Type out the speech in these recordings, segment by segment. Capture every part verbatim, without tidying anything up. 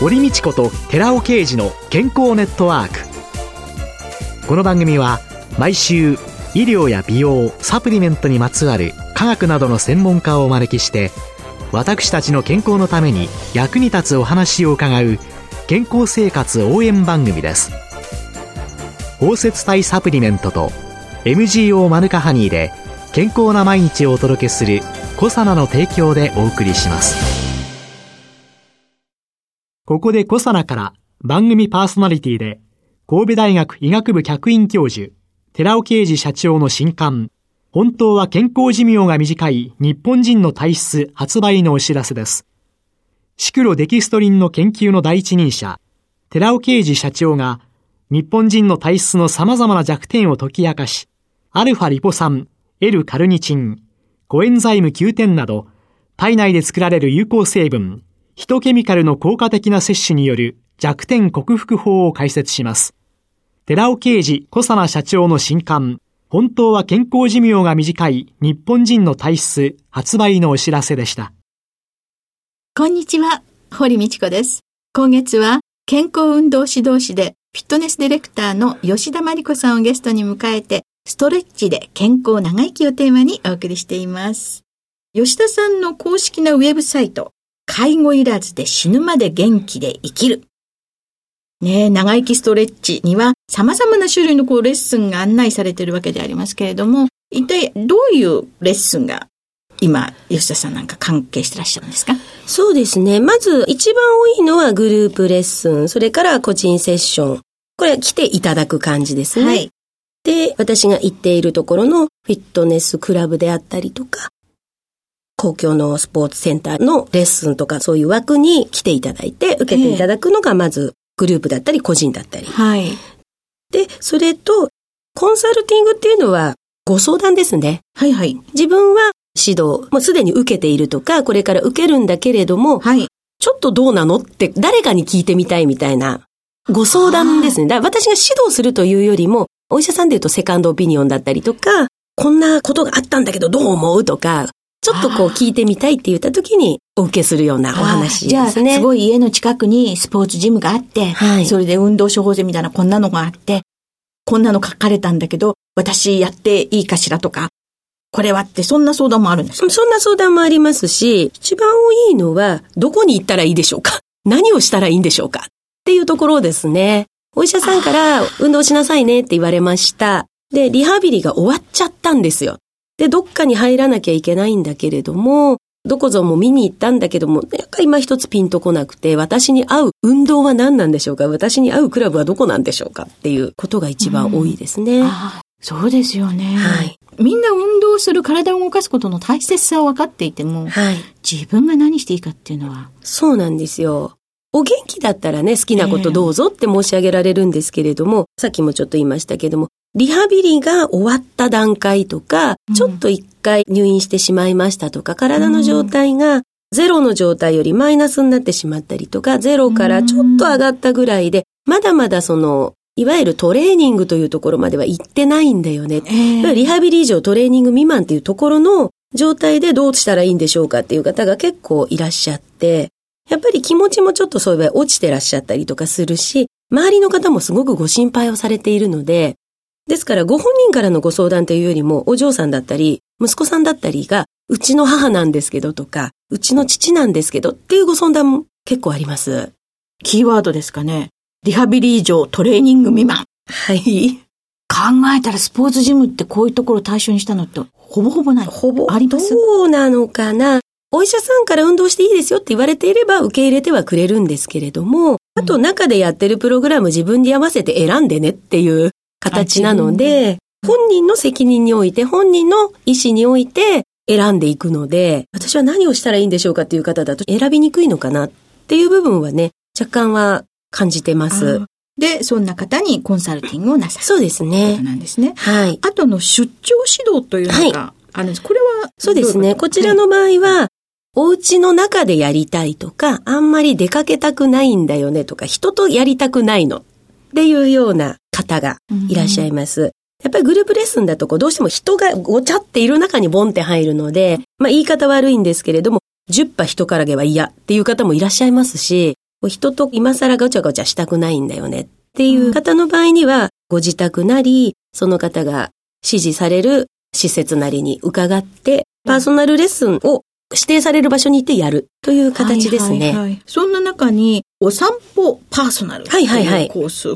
堀道子と寺尾啓二の健康ネットワーク。この番組は毎週医療や美容、サプリメントにまつわる科学などの専門家をお招きして、私たちの健康のために役に立つお話を伺う健康生活応援番組です。包摂体サプリメントと エムジーオー マヌカハニーで健康な毎日をお届けするコサナの提供でお送りします。ここでコサナから番組パーソナリティで神戸大学医学部客員教授寺尾啓二社長の新刊、本当は健康寿命が短い日本人の体質発売のお知らせです。シクロデキストリンの研究の第一人者寺尾啓二社長が日本人の体質の様々な弱点を解き明かし、アルファリポ酸、L カルニチン、コエンザイムきゅうてんなど体内で作られる有効成分ヒトケミカルの効果的な摂取による弱点克服法を解説します。寺尾啓二コサナ社長の新刊、本当は健康寿命が短い日本人の体質発売のお知らせでした。 こんにちは、堀道子です。今月は健康運動指導士でフィットネスディレクターの吉田真理子さんをゲストに迎えて、ストレッチで健康長生きをテーマにお送りしています。吉田さんの公式なウェブサイト、介護いらずで死ぬまで元気で生きる。ねえ、長生きストレッチには様々な種類のこうレッスンが案内されているわけでありますけれども、一体どういうレッスンが今吉田さんなんか関係してらっしゃるんですか？ そうですね。まず一番多いのはグループレッスン、それから個人セッション。これは来ていただく感じですね。はい。で、私が行っているところのフィットネスクラブであったりとか、公共のスポーツセンターのレッスンとかそういう枠に来ていただいて受けていただくのがまずグループだったり個人だったり。はい。で、それとコンサルティングっていうのはご相談ですね。はいはい。自分は指導もうすでに受けているとかこれから受けるんだけれども、はい。ちょっとどうなのって誰かに聞いてみたいみたいなご相談ですね。だから私が指導するというよりもお医者さんでいうとセカンドオピニオンだったりとか、こんなことがあったんだけどどう思うとか、ちょっとこう聞いてみたいって言った時にお受けするようなお話ですね。 じゃあ、すごい家の近くにスポーツジムがあって、はい、それで運動処方箋みたいなこんなのがあって、こんなの書かれたんだけど、私やっていいかしらとか、これはってそんな相談もあるんですか？ そんな相談もありますし、一番多いのはどこに行ったらいいでしょうか？何をしたらいいんでしょうか？っていうところですね。お医者さんから運動しなさいねって言われました。で、リハビリが終わっちゃったんですよ。で、どっかに入らなきゃいけないんだけれども、どこぞも見に行ったんだけども、やっぱり今一つピンとこなくて、私に合う運動は何なんでしょうか？私に合うクラブはどこなんでしょうか？っていうことが一番多いですね。 うん、あ、そうですよね。 はい。 みんな運動する、体を動かすことの大切さを分かっていても、はい、自分が何していいかっていうのは。 そうなんですよ。お元気だったらね、好きなことどうぞって申し上げられるんですけれども、えー、さっきもちょっと言いましたけども、リハビリが終わった段階とか、うん、ちょっと一回入院してしまいましたとか、体の状態がゼロの状態よりマイナスになってしまったりとか、ゼロからちょっと上がったぐらいで、まだまだその、いわゆるトレーニングというところまでは行ってないんだよね。えー、リハビリ以上トレーニング未満っていうところの状態でどうしたらいいんでしょうかっていう方が結構いらっしゃって、やっぱり気持ちもちょっとそういう場合落ちてらっしゃったりとかするし、周りの方もすごくご心配をされているので、ですからご本人からのご相談というよりもお嬢さんだったり息子さんだったりがうちの母なんですけどとかうちの父なんですけどっていうご相談も結構あります。 キーワードですかね。リハビリ以上トレーニング未満。 はい。 考えたらスポーツジムってこういうところを対象にしたのってほぼほぼない。 ほぼあります。 どうなのかな。お医者さんから運動していいですよって言われていれば受け入れてはくれるんですけれども、あと中でやってるプログラム自分に合わせて選んでねっていう形なので、本人の責任において、本人の意思において選んでいくので、私は何をしたらいいんでしょうかっていう方だと選びにくいのかなっていう部分はね、若干は感じてます。 で、そんな方にコンサルティングをなさる。 そうですね。 ことなんですね。 はい。 あとの出張指導というのがあるんです。はい、これはそうですね。こちらの場合は、はい、お家の中でやりたいとか、あんまり出かけたくないんだよねとか、人とやりたくないのっていうような方がいらっしゃいます。うん、やっぱりグループレッスンだとこうどうしても人がごちゃっている中にボンって入るので、まあ言い方悪いんですけれども、じゅっぱ人からげは嫌っていう方もいらっしゃいますし、 人と今更ごちゃごちゃしたくないんだよねっていう方の場合には、ご自宅なり、その方が指示される施設なりに伺って、パーソナルレッスンを指定される場所に行ってやるという形ですね。はいはいはい、 そんな中に、お散歩パーソナルというコース、はいはいはい、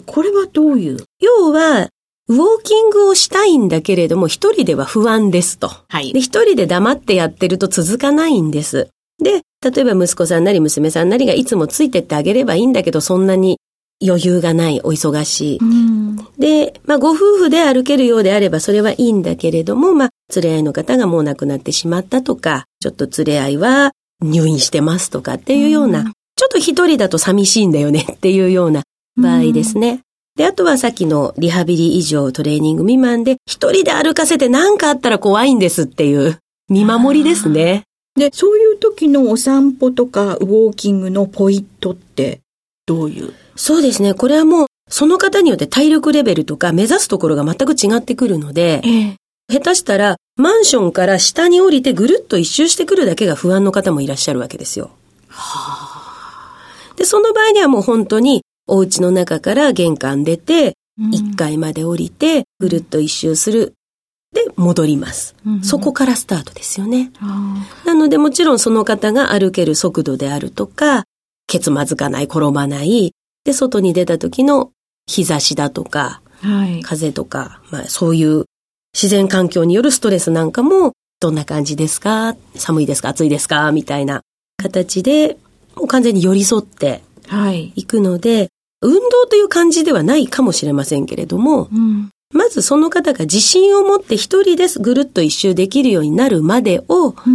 これはどういう？ 要は、ウォーキングをしたいんだけれども、一人では不安ですと。はい。で、一人で黙ってやってると続かないんです。で、例えば息子さんなり娘さんなりがいつもついてってあげればいいんだけど、そんなに余裕がない、お忙しい。うん、で、まあ、ご夫婦で歩けるようであればそれはいいんだけれども、まあ、連れ合いの方がもう亡くなってしまったとか、ちょっと連れ合いは入院してますとかっていうような、うん、ちょっと一人だと寂しいんだよねっていうような場合ですね。うん、で、あとはさっきのリハビリ以上トレーニング未満で一人で歩かせて何かあったら怖いんですっていう見守りですね。 で、そういう時のお散歩とかウォーキングのポイントってどういう？ そうですね。これはもうその方によって体力レベルとか目指すところが全く違ってくるので、ええ、下手したらマンションから下に降りてぐるっと一周してくるだけが不安の方もいらっしゃるわけですよ。はあ。で、その場合にはもう本当にお家の中から玄関出て、いっかいまで降りて、ぐるっと一周する。で、戻ります。うん、そこからスタートですよね。なのでもちろんその方が歩ける速度であるとか、ケツまずかない、転ばない。で、外に出た時の日差しだとか、はい、風とか、まあそういう自然環境によるストレスなんかも、どんな感じですか？寒いですか？暑いですか？みたいな形で、もう完全に寄り添っていくので、はい、運動という感じではないかもしれませんけれども、うん、まずその方が自信を持って一人ですぐるっと一周できるようになるまでを、うん、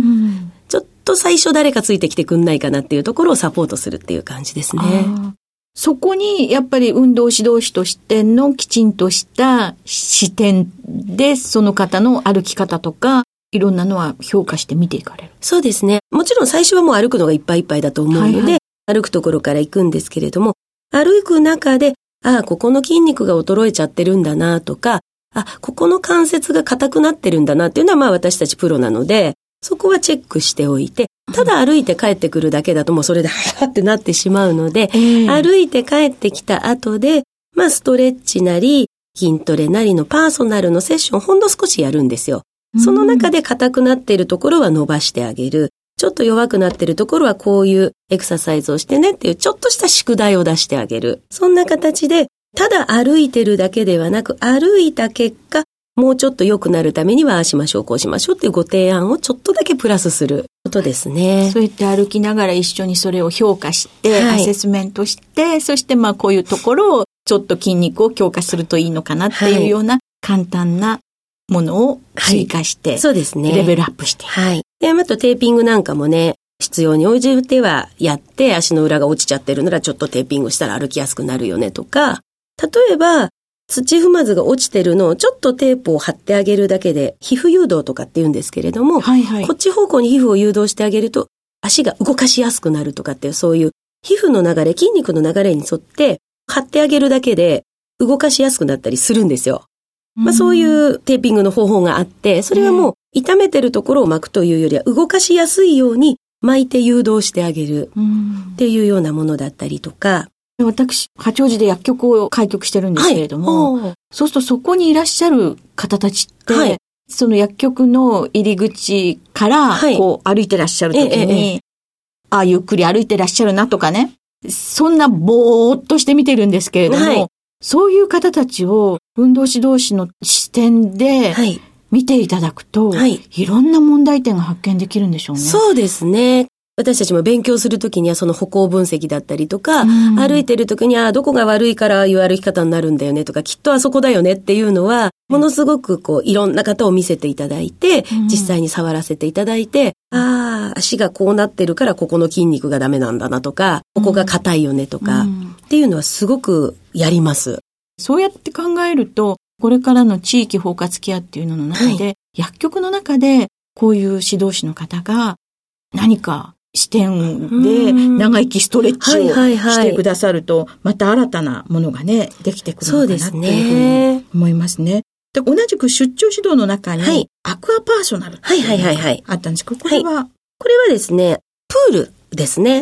ちょっと最初誰かついてきてくんないかなっていうところをサポートするっていう感じですね。 そこにやっぱり運動指導士としてのきちんとした視点でその方の歩き方とかいろんなのは評価して見ていかれる。 そうですね。もちろん最初はもう歩くのがいっぱいいっぱいだと思うので、はいはい、歩くところから行くんですけれども、歩く中で、ああ、ここの筋肉が衰えちゃってるんだなとか、あ、ここの関節が硬くなってるんだなっていうのはまあ私たちプロなので、そこはチェックしておいて、ただ歩いて帰ってくるだけだともうそれではってなってしまうので、えー、歩いて帰ってきた後で、まあストレッチなり筋トレなりのパーソナルのセッションをほんの少しやるんですよ。その中で硬くなっているところは伸ばしてあげる。ちょっと弱くなっているところはこういうエクササイズをしてねっていうちょっとした宿題を出してあげる。そんな形で、ただ歩いてるだけではなく、歩いた結果、もうちょっと良くなるためにはああしましょう、こうしましょうっていうご提案をちょっとだけプラスすることですね。 そうやって歩きながら一緒にそれを評価して、はい、アセスメントして、そしてまあこういうところをちょっと筋肉を強化するといいのかなっていうような簡単なものを追加して、はい、 そうですね。 レベルアップして。 はい。で、あとテーピングなんかもね、必要に応じてはやって、足の裏が落ちちゃってるならちょっとテーピングしたら歩きやすくなるよねとか、例えば、土踏まずが落ちてるのをちょっとテープを貼ってあげるだけで、皮膚誘導とかって言うんですけれども、はいはい、こっち方向に皮膚を誘導してあげると、足が動かしやすくなるとかっていう、そういう皮膚の流れ、筋肉の流れに沿って、貼ってあげるだけで動かしやすくなったりするんですよ。まあそういうテーピングの方法があって、それはもう痛めてるところを巻くというよりは動かしやすいように巻いて誘導してあげるっていうようなものだったりとか。 私、八王子で薬局を開局してるんですけれども、はい、そうするとそこにいらっしゃる方たちって、はい、その薬局の入り口からこう歩いてらっしゃるときに、はい、ああ、ゆっくり歩いてらっしゃるなとかね、そんなぼーっとして見てるんですけれども、はい、そういう方たちを運動指導士の視点で見ていただくと、はい、いろんな問題点が発見できるんでしょうね。 そうですね。私たちも勉強するときにはその歩行分析だったりとか、うん、歩いてるときにはどこが悪いからああいう歩き方になるんだよねとか、きっとあそこだよねっていうのは、ものすごくこういろんな方を見せていただいて、うん、実際に触らせていただいて、ああ、足がこうなってるからここの筋肉がダメなんだなとか、ここが硬いよねとか、うん、っていうのはすごくやります。 そうやって考えると、これからの地域包括ケアっていうのの中で、はい、薬局の中でこういう指導士の方が何か視点で長生きストレッチをしてくださると、また新たなものがね、できてくるのかなっていうふうに思いますね。で、同じく出張指導の中に、アクアパーソナルっていうのがあったんですけど、これは、 はい、これはですね、プールですね。はい。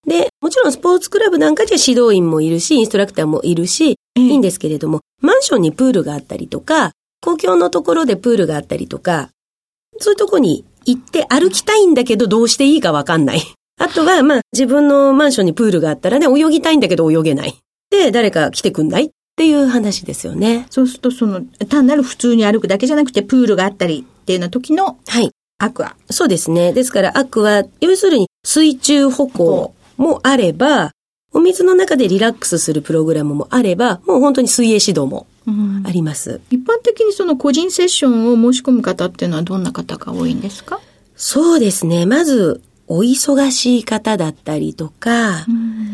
で、もちろんスポーツクラブなんかじゃ指導員もいるし、インストラクターもいるし、 ええ、 いいんですけれども、マンションにプールがあったりとか、公共のところでプールがあったりとか、そういうとこに行って歩きたいんだけどどうしていいかわかんない。あとは、まあ、自分のマンションにプールがあったらね、泳ぎたいんだけど泳げない。で、誰か来てくんないっていう話ですよね。 そうすると、その、単なる普通に歩くだけじゃなくて、プールがあったりっていうの時の、 はい。 アクア。 そうですね。ですから、アクア、要するに水中歩行もあれば、お水の中でリラックスするプログラムもあれば、もう本当に水泳指導もあります。うん、 一般的にその個人セッションを申し込む方っていうのはどんな方が多いんですか？ そうですね。まず、お忙しい方だったりとか、うん、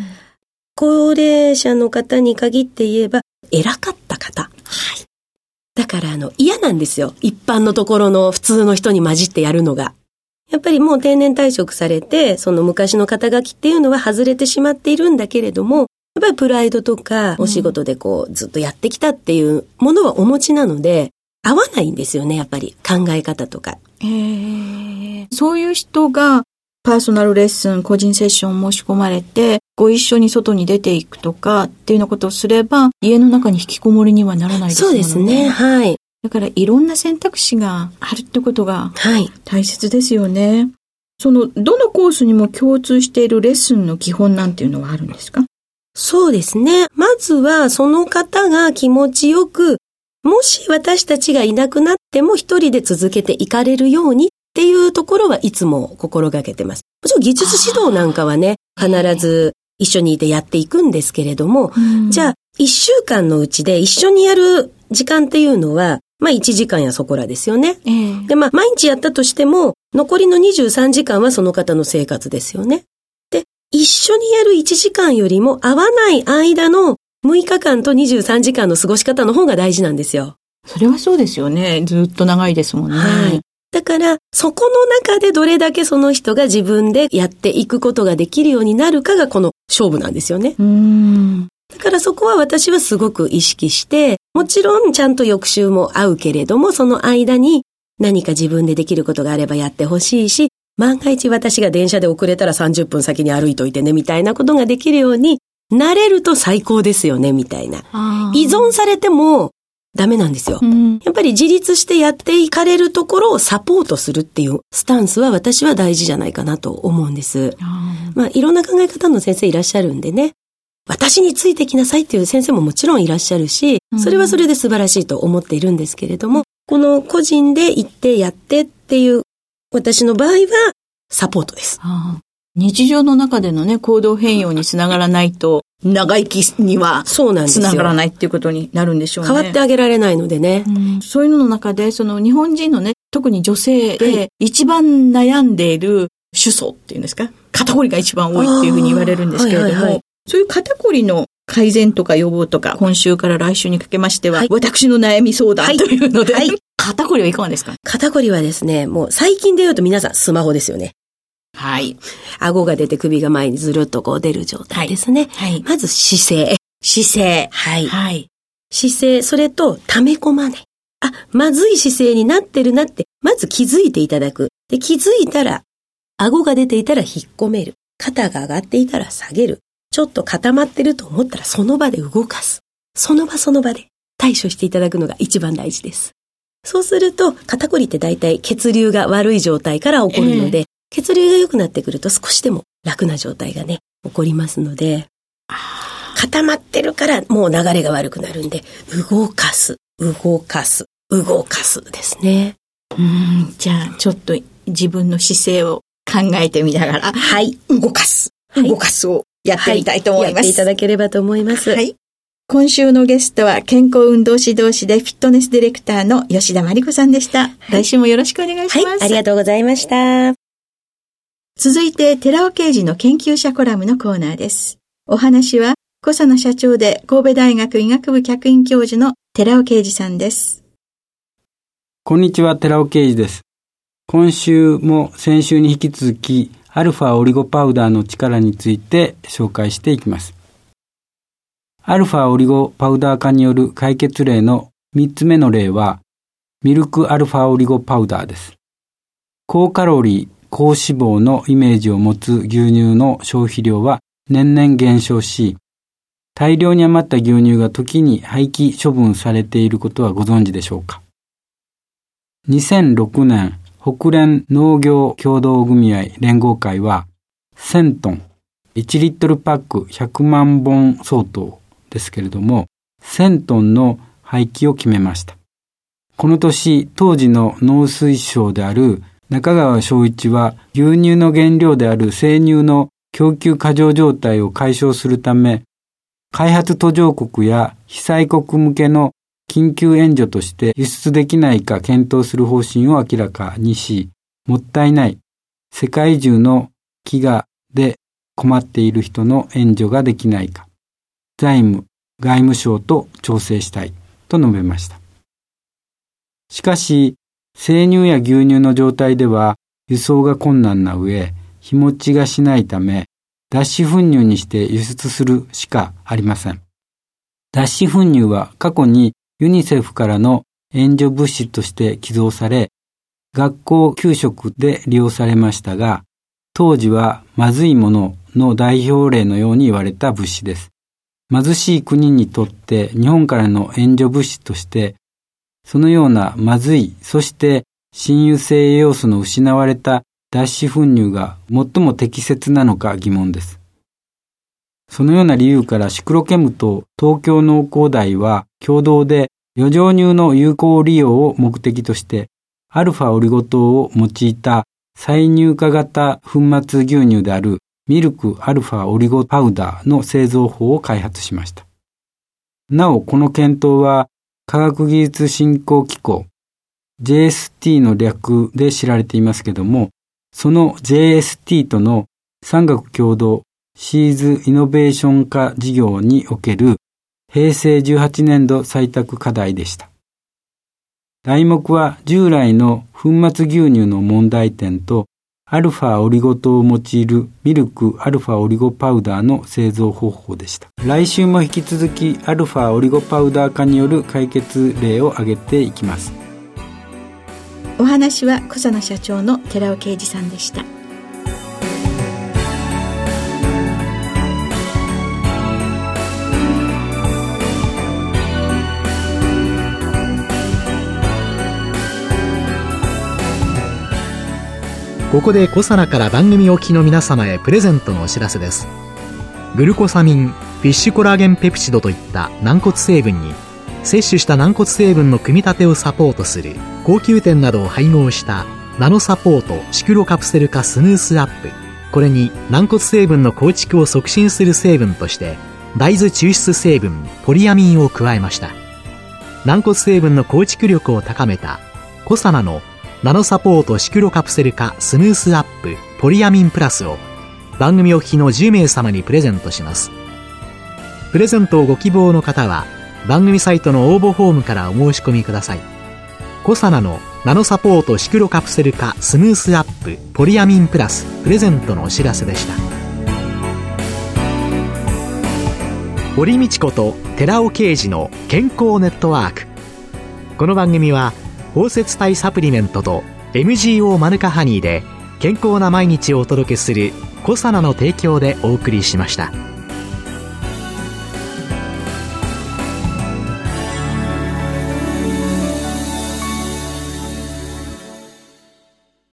高齢者の方に限って言えば、偉かった方。はい。だからあの、嫌なんですよ。一般のところの普通の人に混じってやるのが。やっぱりもう定年退職されて、その昔の肩書きっていうのは外れてしまっているんだけれども、やっぱりプライドとかお仕事でこうずっとやってきたっていうものはお持ちなので、合わないんですよね、やっぱり考え方とか。 へー。そういう人がパーソナルレッスン、個人セッション申し込まれて、ご一緒に外に出ていくとかっていうようなことをすれば、家の中に引きこもりにはならないですよね。 そうですね、はい。 だからいろんな選択肢があるってことが大切ですよね。はい、そのどのコースにも共通しているレッスンの基本なんていうのはあるんですか？ そうですね。まずはその方が気持ちよく、もし私たちがいなくなっても一人で続けていかれるようにっていうところはいつも心がけてます。もちろん技術指導なんかはね、必ず一緒にいてやっていくんですけれども、じゃあ一週間のうちで一緒にやる時間っていうのは、まあいちじかんやそこらですよね。えー、で、まあ毎日やったとしても、残りのにじゅうさんじかんはその方の生活ですよね。で、一緒にやるいちじかんよりも合わない間のむいかかんとにじゅうさんじかんの過ごし方の方が大事なんですよ。 それはそうですよね。ずっと長いですもんね。 はい。だから、そこの中でどれだけその人が自分でやっていくことができるようになるかがこの勝負なんですよね。うーん。だからそこは私はすごく意識して、もちろんちゃんと翌週も会うけれども、その間に何か自分でできることがあればやってほしいし、万が一私が電車で遅れたらさんじゅっぷん先に歩いといてねみたいなことができるようになれると最高ですよねみたいな。依存されてもダメなんですよ、うん。やっぱり自立してやっていかれるところをサポートするっていうスタンスは私は大事じゃないかなと思うんです。まあいろんな考え方の先生いらっしゃるんでね。私についてきなさいっていう先生ももちろんいらっしゃるし、それはそれで素晴らしいと思っているんですけれども、この個人で行ってやってっていう私の場合はサポートです。 はあ、日常の中でのね、行動変容につながらないと、長生きにはつながらないっていうことになるんでしょうね。 変わってあげられないのでね。 うん、そういうのの中で、その日本人のね、特に女性で一番悩んでいる主訴っていうんですか、肩こりが一番多いっていうふうに言われるんですけれども、はいはいはい、そういう肩こりの改善とか予防とか、今週から来週にかけましては、はい、私の悩み相談というので、はいはい、肩こりはいかがですか？ 肩こりはですね、もう最近で言うと皆さんスマホですよね。 はい。 顎が出て首が前にずるっとこう出る状態ですね。はい。はい、まず姿勢。 姿勢。 はい。はい。姿勢、それと溜め込まない。あ、まずい姿勢になってるなって、まず気づいていただく。で、気づいたら、顎が出ていたら引っ込める。肩が上がっていたら下げる。ちょっと固まってると思ったらその場で動かす。その場その場で対処していただくのが一番大事です。そうすると、肩こりって大体血流が悪い状態から起こるので、えー、血流が良くなってくると少しでも楽な状態がね、起こりますので、固まってるからもう流れが悪くなるんで、動かす、動かす、動かすですね。 うーん、じゃあちょっと自分の姿勢を考えてみながら、 はい、 動かす、動かすをやってみたいと思います。はい、 やっていただければと思います。はい。 今週のゲストは健康運動指導士でフィットネスディレクターの吉田真理子さんでした。はい、来週もよろしくお願いします。 はい、ありがとうございました。 続いて、寺尾啓二の研究者コラムのコーナーです。お話は、小佐野社長で神戸大学医学部客員教授の寺尾啓二さんです。 こんにちは、寺尾啓二です。今週も先週に引き続き、アルファオリゴパウダーの力について紹介していきます。アルファオリゴパウダー化による解決例のみっつめの例は、ミルクアルファオリゴパウダーです。高カロリー、 高脂肪のイメージを持つ牛乳の消費量は年々減少し、大量に余った牛乳が時に廃棄処分されていることはご存知でしょうか。にせんろくねん、北連農業協同組合連合会はせんトン、いちリットルパックひゃくまんぼん相当ですけれども、せんトンの廃棄を決めました。この年、当時の農水省である中川昭一は牛乳の原料である生乳の供給過剰状態を解消するため、開発途上国や被災国向けの緊急援助として輸出できないか検討する方針を明らかにし、もったいない、世界中の飢餓で困っている人の援助ができないか、財務、外務省と調整したいと述べました。しかし、生乳や牛乳の状態では輸送が困難な上、日持ちがしないため、脱脂粉乳にして輸出するしかありません。脱脂粉乳は過去にユニセフからの援助物資として寄贈され、学校給食で利用されましたが、当時はまずいものの代表例のように言われた物資です。貧しい国にとって日本からの援助物資として、そのようなまずい、そして親油性栄養素の失われた脱脂粉乳が最も適切なのか疑問です。そのような理由からシクロケムと東京農工大は共同で余剰乳の有効利用を目的としてアルファオリゴ糖を用いた再乳化型粉末牛乳であるミルクアルファオリゴパウダーの製造法を開発しました。なおこの検討は科学技術振興機構 ジェイエスティー の略で知られていますけども、その ジェイエスティー との産学共同シーズイノベーション化事業における平成じゅうはちねんど採択課題でした。題目は従来の粉末牛乳の問題点とアルファオリゴ糖を用いるミルクアルファオリゴパウダーの製造方法でした。来週も引き続きアルファオリゴパウダー化による解決例を挙げていきます。 お話は小佐奈社長の寺尾啓二さんでした。 ここでコサナから番組お聞きの皆様へプレゼントのお知らせです。グルコサミン、フィッシュコラーゲンペプチドといった軟骨成分に摂取した軟骨成分の組み立てをサポートする高級店などを配合したナノサポートシクロカプセル化スムースアップ。これに軟骨成分の構築を促進する成分として大豆抽出成分ポリアミンを加えました。軟骨成分の構築力を高めたコサナのナノサポートシクロカプセル化スムースアップポリアミンプラスを番組お聞きのじゅうめいさまにプレゼントします。プレゼントをご希望の方は番組サイトの応募フォームからお申し込みください。コサナのナノサポートシクロカプセル化スムースアップポリアミンプラスプレゼントのお知らせでした。堀道子と寺尾啓二の健康ネットワーク。この番組は包摂体サプリメントと エムジーオー マヌカハニーで健康な毎日をお届けするコサナの提供でお送りしました。